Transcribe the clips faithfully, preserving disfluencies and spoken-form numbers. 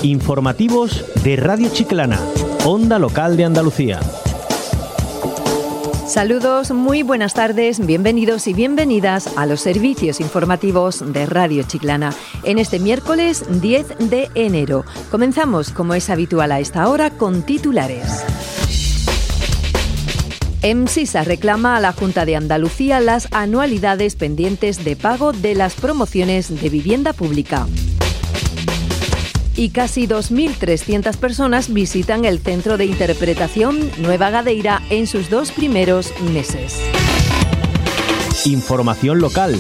Informativos de Radio Chiclana, Onda Local de Andalucía. Saludos, muy buenas tardes, bienvenidos y bienvenidas a los servicios informativos de Radio Chiclana. En este miércoles diez de enero comenzamos, como es habitual a esta hora, con titulares. EMSISA reclama a la Junta de Andalucía las anualidades pendientes de pago de las promociones de vivienda pública. Y casi dos mil trescientas personas visitan el Centro de Interpretación Nueva Gadeira en sus dos primeros meses. Información local.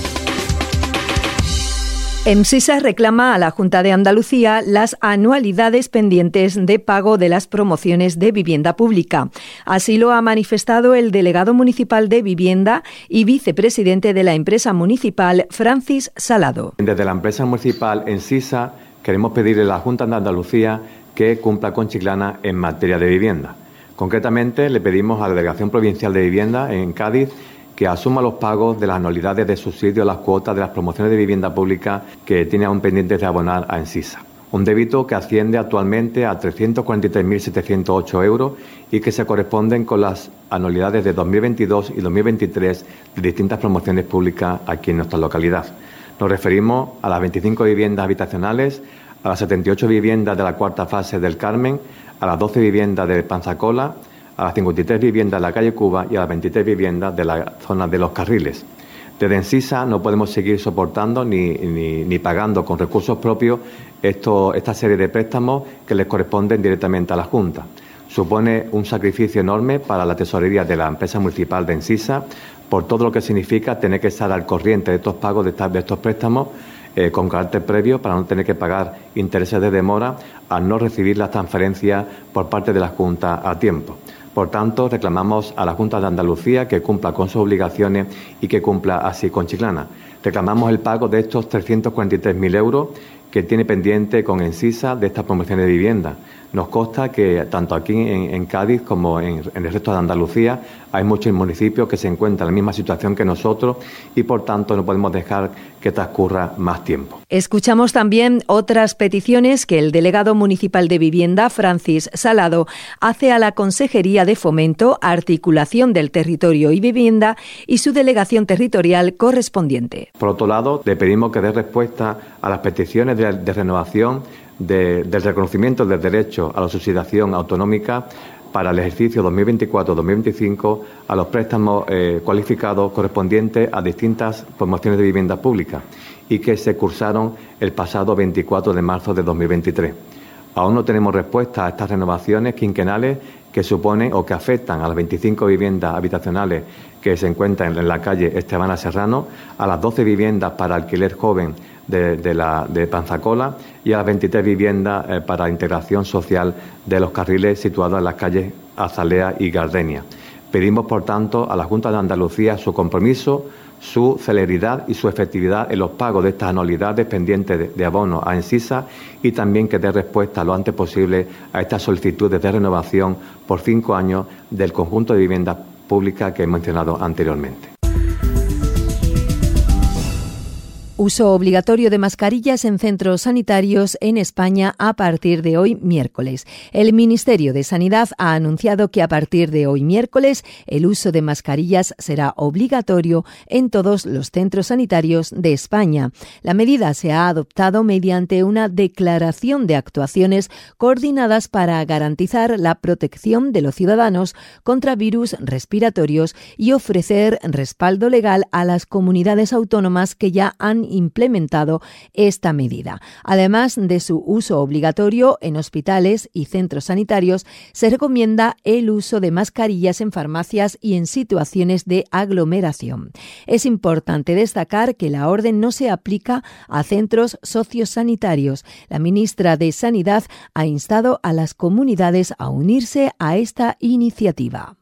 EMSISA reclama a la Junta de Andalucía las anualidades pendientes de pago de las promociones de vivienda pública. Así lo ha manifestado el delegado municipal de Vivienda y vicepresidente de la empresa municipal, Francis Salado. Desde la empresa municipal EMSISA queremos pedirle a la Junta de Andalucía que cumpla con Chiclana en materia de vivienda. Concretamente, le pedimos a la Delegación Provincial de Vivienda en Cádiz que asuma los pagos de las anualidades de subsidio a las cuotas de las promociones de vivienda pública que tiene aún pendientes de abonar a EMSISA. Un débito que asciende actualmente a trescientos cuarenta y tres mil setecientos ocho euros y que se corresponden con las anualidades de dos mil veintidós y dos mil veintitrés de distintas promociones públicas aquí en nuestra localidad. Nos referimos a las veinticinco viviendas habitacionales, a las setenta y ocho viviendas de la cuarta fase del Carmen, a las doce viviendas de Panzacola, a las cincuenta y tres viviendas de la calle Cuba y a las veintitrés viviendas de la zona de Los Carriles. Desde EMSISA no podemos seguir soportando ni, ni, ni pagando con recursos propios esto, esta serie de préstamos que les corresponden directamente a la Junta. Supone un sacrificio enorme para la tesorería de la empresa municipal de EMSISA por todo lo que significa tener que estar al corriente de estos pagos de, esta, de estos préstamos eh, con carácter previo para no tener que pagar intereses de demora al no recibir las transferencias por parte de la Junta a tiempo. Por tanto, reclamamos a la Junta de Andalucía que cumpla con sus obligaciones y que cumpla así con Chiclana. Reclamamos el pago de estos trescientos cuarenta y tres mil euros que tiene pendiente con EMSISA de estas promociones de vivienda. Nos consta que tanto aquí en, en Cádiz como en, en el resto de Andalucía hay muchos municipios que se encuentran en la misma situación que nosotros y por tanto no podemos dejar que transcurra más tiempo. Escuchamos también otras peticiones que el delegado municipal de Vivienda, Francis Salado, hace a la Consejería de Fomento, Articulación del Territorio y Vivienda y su delegación territorial correspondiente. Por otro lado, le pedimos que dé respuesta a las peticiones de, de renovación de, del reconocimiento del derecho a la subsidiación autonómica para el ejercicio dos mil veinticuatro dos mil veinticinco a los préstamos eh, cualificados correspondientes a distintas promociones de vivienda pública y que se cursaron el pasado veinticuatro de marzo de dos mil veintitrés. Aún no tenemos respuesta a estas renovaciones quinquenales que suponen o que afectan a las veinticinco viviendas habitacionales que se encuentran en la calle Estebana Serrano, a las doce viviendas para alquiler joven de, de, la, de Panzacola y a las veintitrés viviendas eh, para integración social de Los Carriles situadas en las calles Azalea y Gardenia. Pedimos, por tanto, a la Junta de Andalucía su compromiso, su celeridad y su efectividad en los pagos de estas anualidades pendientes de, de abono a EMSISA y también que dé respuesta lo antes posible a estas solicitudes de renovación por cinco años del conjunto de viviendas públicas que he mencionado anteriormente. Uso obligatorio de mascarillas en centros sanitarios en España a partir de hoy miércoles. El Ministerio de Sanidad ha anunciado que a partir de hoy miércoles el uso de mascarillas será obligatorio en todos los centros sanitarios de España. La medida se ha adoptado mediante una declaración de actuaciones coordinadas para garantizar la protección de los ciudadanos contra virus respiratorios y ofrecer respaldo legal a las comunidades autónomas que ya han implementado esta medida. Además de su uso obligatorio en hospitales y centros sanitarios, se recomienda el uso de mascarillas en farmacias y en situaciones de aglomeración. Es importante destacar que la orden no se aplica a centros sociosanitarios. La ministra de Sanidad ha instado a las comunidades a unirse a esta iniciativa.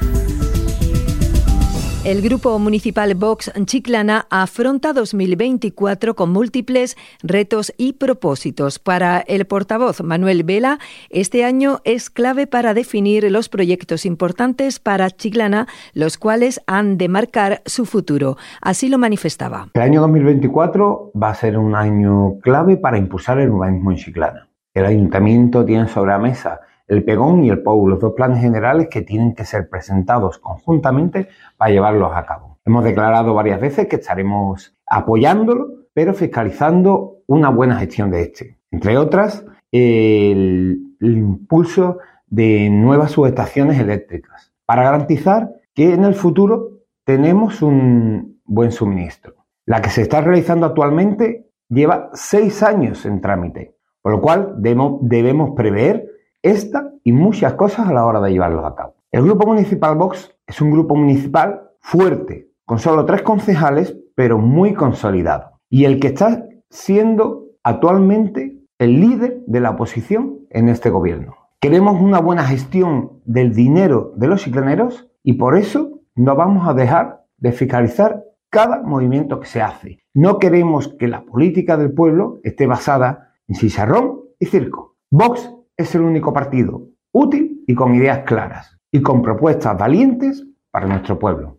El Grupo Municipal Vox Chiclana afronta dos mil veinticuatro con múltiples retos y propósitos. Para el portavoz Manuel Vela, este año es clave para definir los proyectos importantes para Chiclana, los cuales han de marcar su futuro. Así lo manifestaba. El año dos mil veinticuatro va a ser un año clave para impulsar el urbanismo en Chiclana. El Ayuntamiento tiene sobre la mesa el Pegón y el P O U, los dos planes generales que tienen que ser presentados conjuntamente para llevarlos a cabo. Hemos declarado varias veces que estaremos apoyándolo, pero fiscalizando una buena gestión de este. Entre otras, el, el impulso de nuevas subestaciones eléctricas para garantizar que en el futuro tenemos un buen suministro. La que se está realizando actualmente lleva seis años en trámite, por lo cual debemos, debemos prever esta y muchas cosas a la hora de llevarlos a cabo. El Grupo Municipal Vox es un grupo municipal fuerte, con solo tres concejales, pero muy consolidado, y el que está siendo actualmente el líder de la oposición en este gobierno. Queremos una buena gestión del dinero de los chiclaneros y por eso no vamos a dejar de fiscalizar cada movimiento que se hace. No queremos que la política del pueblo esté basada en chicharrón y circo. Vox es el único partido útil y con ideas claras y con propuestas valientes para nuestro pueblo.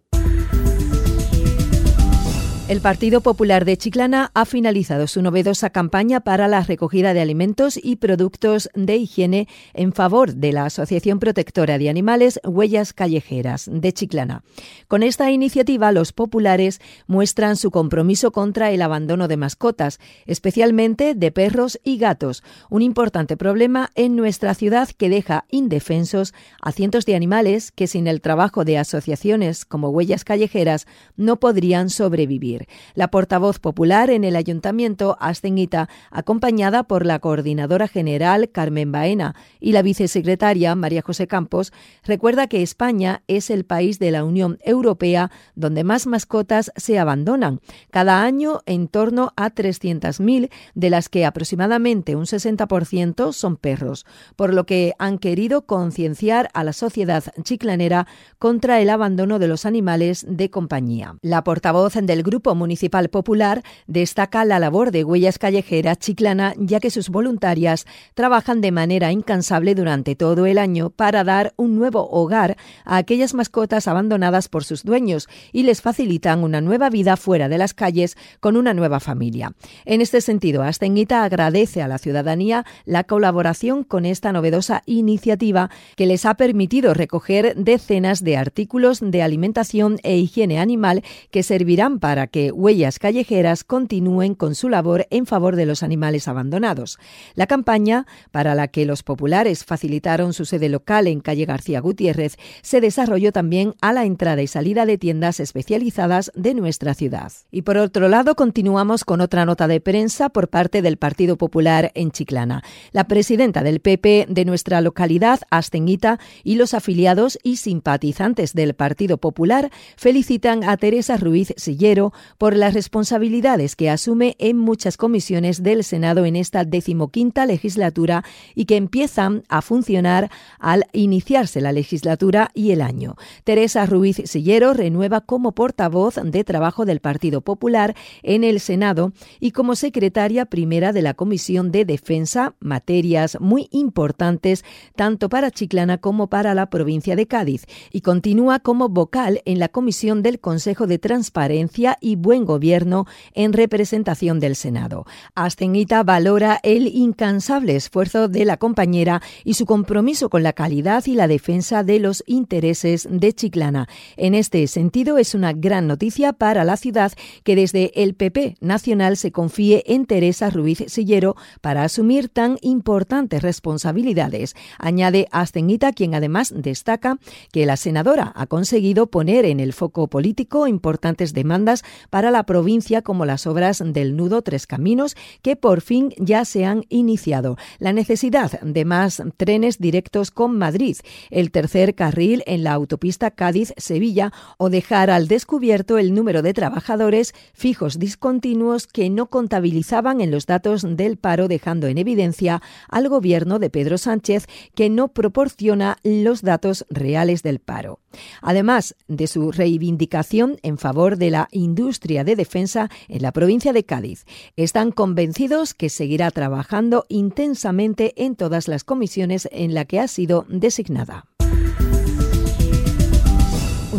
El Partido Popular de Chiclana ha finalizado su novedosa campaña para la recogida de alimentos y productos de higiene en favor de la Asociación Protectora de Animales Huellas Callejeras de Chiclana. Con esta iniciativa, los populares muestran su compromiso contra el abandono de mascotas, especialmente de perros y gatos, un importante problema en nuestra ciudad que deja indefensos a cientos de animales que sin el trabajo de asociaciones como Huellas Callejeras no podrían sobrevivir. La portavoz popular en el Ayuntamiento, Astenguita, acompañada por la coordinadora general Carmen Baena y la vicesecretaria María José Campos, recuerda que España es el país de la Unión Europea donde más mascotas se abandonan. Cada año en torno a trescientas mil, de las que aproximadamente un sesenta por ciento son perros, por lo que han querido concienciar a la sociedad chiclanera contra el abandono de los animales de compañía. La portavoz del Grupo Municipal Popular destaca la labor de Huellas Callejeras Chiclana, ya que sus voluntarias trabajan de manera incansable durante todo el año para dar un nuevo hogar a aquellas mascotas abandonadas por sus dueños y les facilitan una nueva vida fuera de las calles con una nueva familia. En este sentido, Astenguita agradece a la ciudadanía la colaboración con esta novedosa iniciativa que les ha permitido recoger decenas de artículos de alimentación e higiene animal que servirán para que Huellas Callejeras continúen con su labor en favor de los animales abandonados. La campaña, para la que los populares facilitaron su sede local en calle García Gutiérrez, se desarrolló también a la entrada y salida de tiendas especializadas de nuestra ciudad. Y por otro lado, continuamos con otra nota de prensa por parte del Partido Popular en Chiclana. La presidenta del P P de nuestra localidad, Astenguita, y los afiliados y simpatizantes del Partido Popular felicitan a Teresa Ruiz Sillero por las responsabilidades que asume en muchas comisiones del Senado en esta decimoquinta legislatura y que empiezan a funcionar al iniciarse la legislatura y el año. Teresa Ruiz Sillero renueva como portavoz de trabajo del Partido Popular en el Senado y como secretaria primera de la Comisión de Defensa, materias muy importantes tanto para Chiclana como para la provincia de Cádiz, y continúa como vocal en la Comisión del Consejo de Transparencia y Buen Gobierno en representación del Senado. Astenguita valora el incansable esfuerzo de la compañera y su compromiso con la calidad y la defensa de los intereses de Chiclana. En este sentido, es una gran noticia para la ciudad que desde el P P nacional se confíe en Teresa Ruiz Sillero para asumir tan importantes responsabilidades. Añade Astenguita, quien además destaca que la senadora ha conseguido poner en el foco político importantes demandas para la provincia, como las obras del nudo Tres Caminos, que por fin ya se han iniciado, la necesidad de más trenes directos con Madrid, el tercer carril en la autopista Cádiz-Sevilla o dejar al descubierto el número de trabajadores fijos discontinuos que no contabilizaban en los datos del paro, dejando en evidencia al gobierno de Pedro Sánchez, que no proporciona los datos reales del paro. Además de su reivindicación en favor de la industria de defensa en la provincia de Cádiz, están convencidos que seguirá trabajando intensamente en todas las comisiones en las que ha sido designada.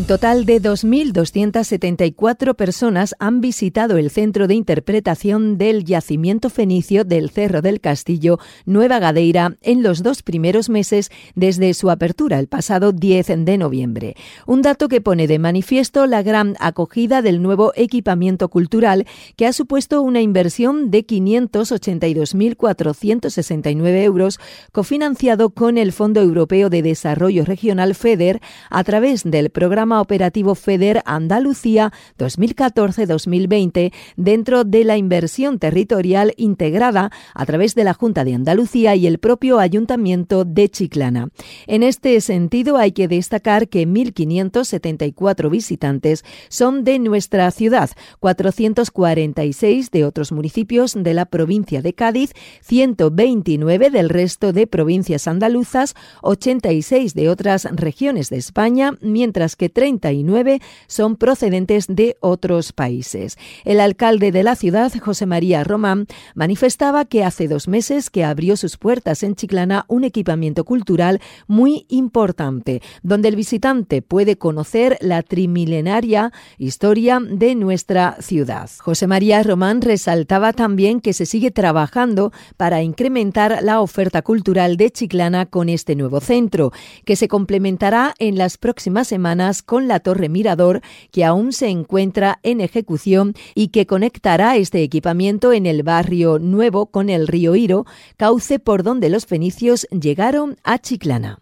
Un total de dos mil doscientas setenta y cuatro personas han visitado el Centro de Interpretación del Yacimiento Fenicio del Cerro del Castillo, Nueva Gadeira, en los dos primeros meses desde su apertura el pasado diez de noviembre. Un dato que pone de manifiesto la gran acogida del nuevo equipamiento cultural, que ha supuesto una inversión de quinientos ochenta y dos mil cuatrocientos sesenta y nueve euros, cofinanciado con el Fondo Europeo de Desarrollo Regional FEDER a través del programa operativo FEDER Andalucía dos mil catorce dos mil veinte, dentro de la inversión territorial integrada a través de la Junta de Andalucía y el propio Ayuntamiento de Chiclana. En este sentido, hay que destacar que mil quinientos setenta y cuatro visitantes son de nuestra ciudad, cuatrocientos cuarenta y seis de otros municipios de la provincia de Cádiz, ciento veintinueve del resto de provincias andaluzas, ochenta y seis de otras regiones de España, mientras que treinta y nueve son procedentes de otros países. El alcalde de la ciudad, José María Román, manifestaba que hace dos meses que abrió sus puertas en Chiclana un equipamiento cultural muy importante, donde el visitante puede conocer la trimilenaria historia de nuestra ciudad. José María Román resaltaba también que se sigue trabajando para incrementar la oferta cultural de Chiclana con este nuevo centro, que se complementará en las próximas semanas con la Torre Mirador, que aún se encuentra en ejecución y que conectará este equipamiento en el barrio nuevo con el río Iro, cauce por donde los fenicios llegaron a Chiclana.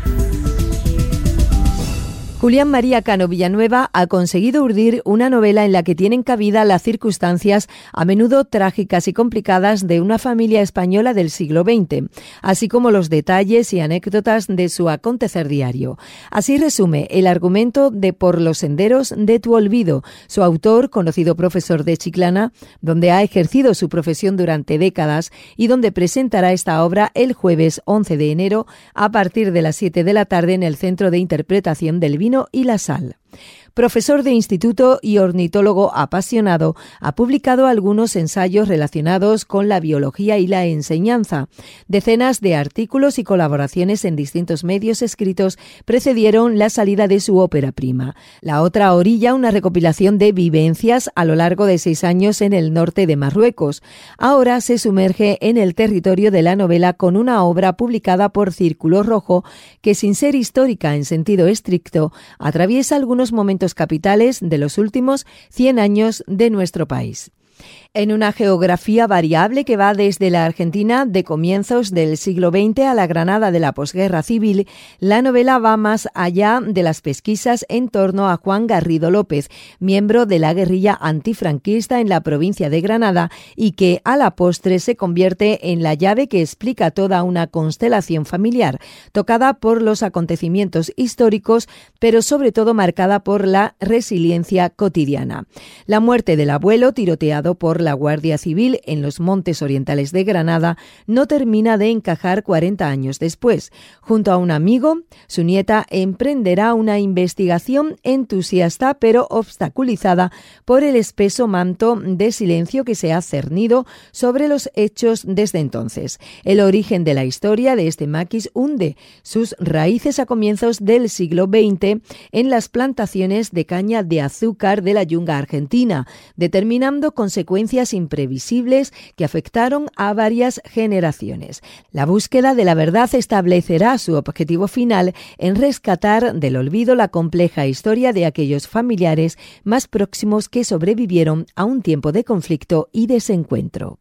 Julián María Cano Villanueva ha conseguido urdir una novela en la que tienen cabida las circunstancias a menudo trágicas y complicadas de una familia española del siglo veinte, así como los detalles y anécdotas de su acontecer diario. Así resume el argumento de Por los senderos de tu olvido, su autor, conocido profesor de Chiclana, donde ha ejercido su profesión durante décadas y donde presentará esta obra el jueves once de enero a partir de las siete de la tarde en el Centro de Interpretación del Vino y la Sal. Profesor de instituto y ornitólogo apasionado, ha publicado algunos ensayos relacionados con la biología y la enseñanza. Decenas de artículos y colaboraciones en distintos medios escritos precedieron la salida de su ópera prima. La otra orilla, una recopilación de vivencias a lo largo de seis años en el norte de Marruecos. Ahora se sumerge en el territorio de la novela con una obra publicada por Círculo Rojo que, sin ser histórica en sentido estricto, atraviesa algunos momentos capitales de los últimos cien años de nuestro país. En una geografía variable que va desde la Argentina de comienzos del siglo veinte a la Granada de la posguerra civil, la novela va más allá de las pesquisas en torno a Juan Garrido López, miembro de la guerrilla antifranquista en la provincia de Granada y que a la postre se convierte en la llave que explica toda una constelación familiar, tocada por los acontecimientos históricos, pero sobre todo marcada por la resiliencia cotidiana. La muerte del abuelo, tiroteado por la Guardia Civil en los montes orientales de Granada, no termina de encajar cuarenta años después. Junto a un amigo, su nieta emprenderá una investigación entusiasta pero obstaculizada por el espeso manto de silencio que se ha cernido sobre los hechos desde entonces. El origen de la historia de este maquis hunde sus raíces a comienzos del siglo veinte en las plantaciones de caña de azúcar de la yunga argentina, determinando consecuencias imprevisibles que afectaron a varias generaciones. La búsqueda de la verdad establecerá su objetivo final en rescatar del olvido la compleja historia de aquellos familiares más próximos que sobrevivieron a un tiempo de conflicto y desencuentro.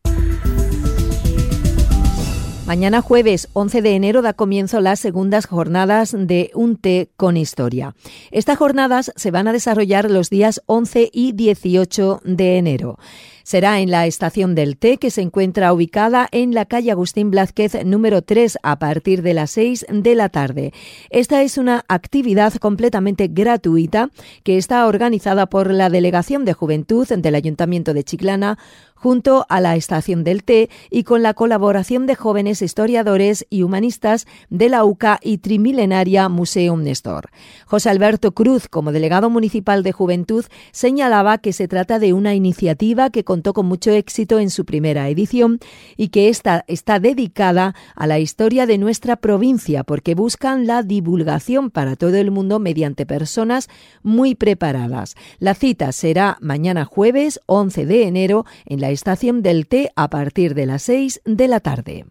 Mañana jueves once de enero da comienzo las segundas jornadas de Un té con historia. Estas jornadas se van a desarrollar los días once y dieciocho de enero. Será en la Estación del Té, que se encuentra ubicada en la calle Agustín Blázquez número tres a partir de las seis de la tarde. Esta es una actividad completamente gratuita que está organizada por la Delegación de Juventud del Ayuntamiento de Chiclana, junto a la Estación del Té y con la colaboración de jóvenes historiadores y humanistas de la U C A y Trimilenaria Museum Nestor. José Alberto Cruz, como delegado municipal de Juventud, señalaba que se trata de una iniciativa que contó con mucho éxito en su primera edición y que esta está dedicada a la historia de nuestra provincia, porque buscan la divulgación para todo el mundo mediante personas muy preparadas. La cita será mañana jueves once de enero en la Estación del Té a partir de las seis de la tarde.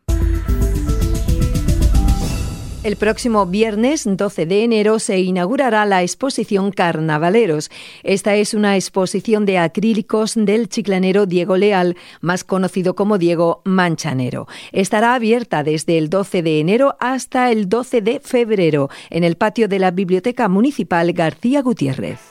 El próximo viernes doce de enero se inaugurará la exposición Carnavaleros. Esta es una exposición de acrílicos del chiclanero Diego Leal, más conocido como Diego Manchanero. Estará abierta desde el doce de enero hasta el doce de febrero en el patio de la Biblioteca Municipal García Gutiérrez.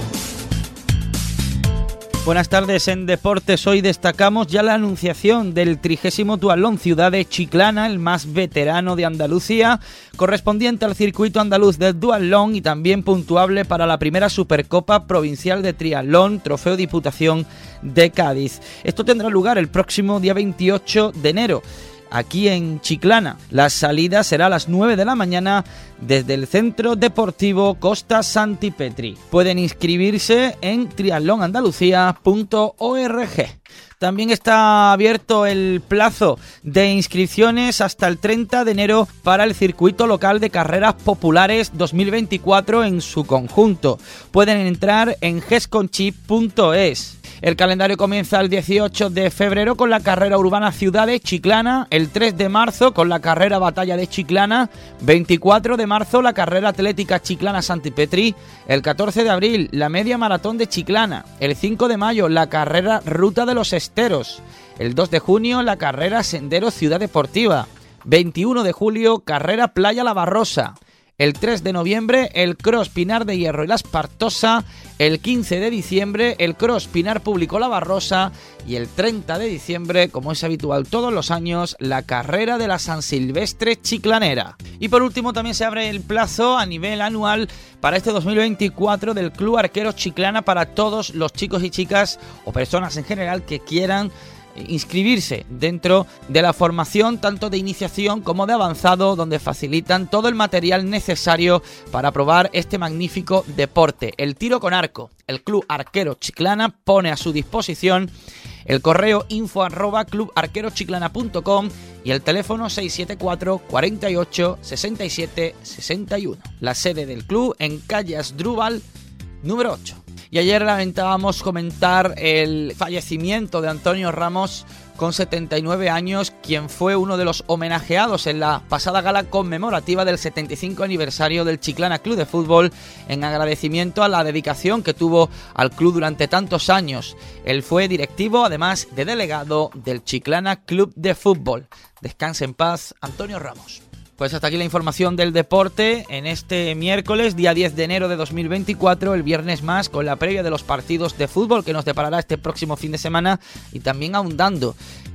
Buenas tardes. En deportes hoy destacamos ya la anunciación del trigésimo Duatlón Ciudad de Chiclana, el más veterano de Andalucía, correspondiente al circuito andaluz del duatlón y también puntuable para la primera Supercopa Provincial de Triatlón, Trofeo Diputación de Cádiz. Esto tendrá lugar el próximo día veintiocho de enero. Aquí en Chiclana. La salida será a las nueve de la mañana desde el Centro Deportivo Costa Santipetri. Pueden inscribirse en triatlón andalucía punto org. También está abierto el plazo de inscripciones hasta el treinta de enero para el circuito local de carreras populares dos mil veinticuatro en su conjunto. Pueden entrar en gesconchip punto es. El calendario comienza el dieciocho de febrero con la carrera urbana Ciudad de Chiclana, el tres de marzo con la carrera Batalla de Chiclana, veinticuatro de marzo la carrera atlética Chiclana Santipetri, el catorce de abril la media maratón de Chiclana, el cinco de mayo la carrera Ruta de los Esteros, el dos de junio la carrera Sendero Ciudad Deportiva, veintiuno de julio carrera Playa La Barrosa, el tres de noviembre el Cross Pinar de Hierro y La Espartosa, el quince de diciembre el Cross Pinar Público La Barrosa y el treinta de diciembre, como es habitual todos los años, la carrera de la San Silvestre Chiclanera. Y por último también se abre el plazo a nivel anual para este dos mil veinticuatro del Club Arqueros Chiclana para todos los chicos y chicas o personas en general que quieran inscribirse dentro de la formación tanto de iniciación como de avanzado, donde facilitan todo el material necesario para probar este magnífico deporte, el tiro con arco. El Club Arquero Chiclana pone a su disposición el correo info arroba club arquero chiclana punto com y el teléfono seis siete cuatro, cuarenta y ocho, sesenta y siete, sesenta y uno. La sede del club en calle Asdrúbal número ocho. Y ayer lamentábamos comentar el fallecimiento de Antonio Ramos con setenta y nueve años, quien fue uno de los homenajeados en la pasada gala conmemorativa del setenta y cinco aniversario del Chiclana Club de Fútbol, en agradecimiento a la dedicación que tuvo al club durante tantos años. Él fue directivo, además de delegado del Chiclana Club de Fútbol. Descanse en paz, Antonio Ramos. Pues hasta aquí la información del deporte en este miércoles, día diez de enero de dos mil veinticuatro, el viernes más, con la previa de los partidos de fútbol que nos deparará este próximo fin de semana y también ahondando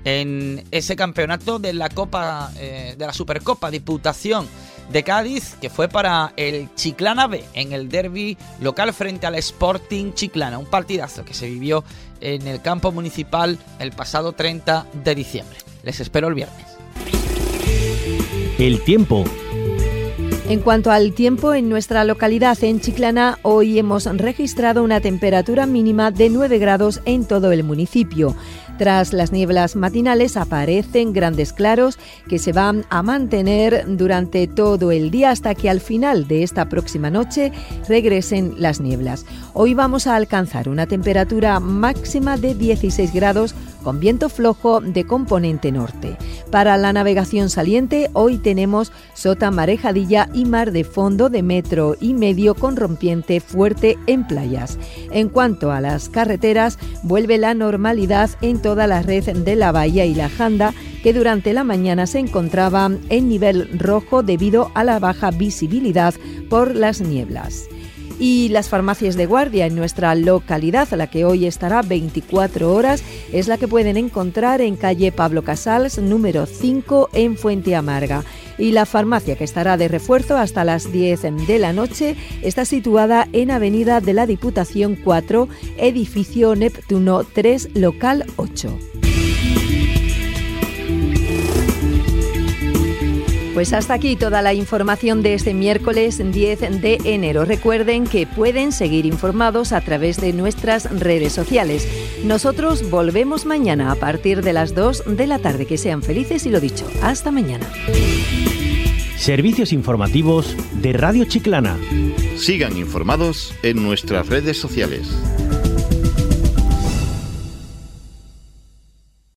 en ese campeonato de la Copa, eh, de la Supercopa Diputación de Cádiz, que fue para el Chiclana B en el derbi local frente al Sporting Chiclana, un partidazo que se vivió en el campo municipal el pasado treinta de diciembre. Les espero el viernes. El tiempo. En cuanto al tiempo, en nuestra localidad, en Chiclana, hoy hemos registrado una temperatura mínima de nueve grados en todo el municipio. Tras las nieblas matinales aparecen grandes claros que se van a mantener durante todo el día hasta que al final de esta próxima noche regresen las nieblas. Hoy vamos a alcanzar una temperatura máxima de dieciséis grados con viento flojo de componente norte. Para la navegación saliente, hoy tenemos sota, marejadilla y mar de fondo de metro y medio con rompiente fuerte en playas. En cuanto a las carreteras, vuelve la normalidad en toda la red de la Bahía y la Janda, que durante la mañana se encontraba en nivel rojo debido a la baja visibilidad por las nieblas. Y las farmacias de guardia en nuestra localidad, la que hoy estará veinticuatro horas, es la que pueden encontrar en calle Pablo Casals, número cinco, en Fuente Amarga. Y la farmacia que estará de refuerzo hasta las diez de la noche está situada en Avenida de la Diputación cuatro, edificio Neptuno tres, local ocho. Pues hasta aquí toda la información de este miércoles diez de enero. Recuerden que pueden seguir informados a través de nuestras redes sociales. Nosotros volvemos mañana a partir de las dos de la tarde. Que sean felices y lo dicho, hasta mañana. Servicios informativos de Radio Chiclana. Sigan informados en nuestras redes sociales.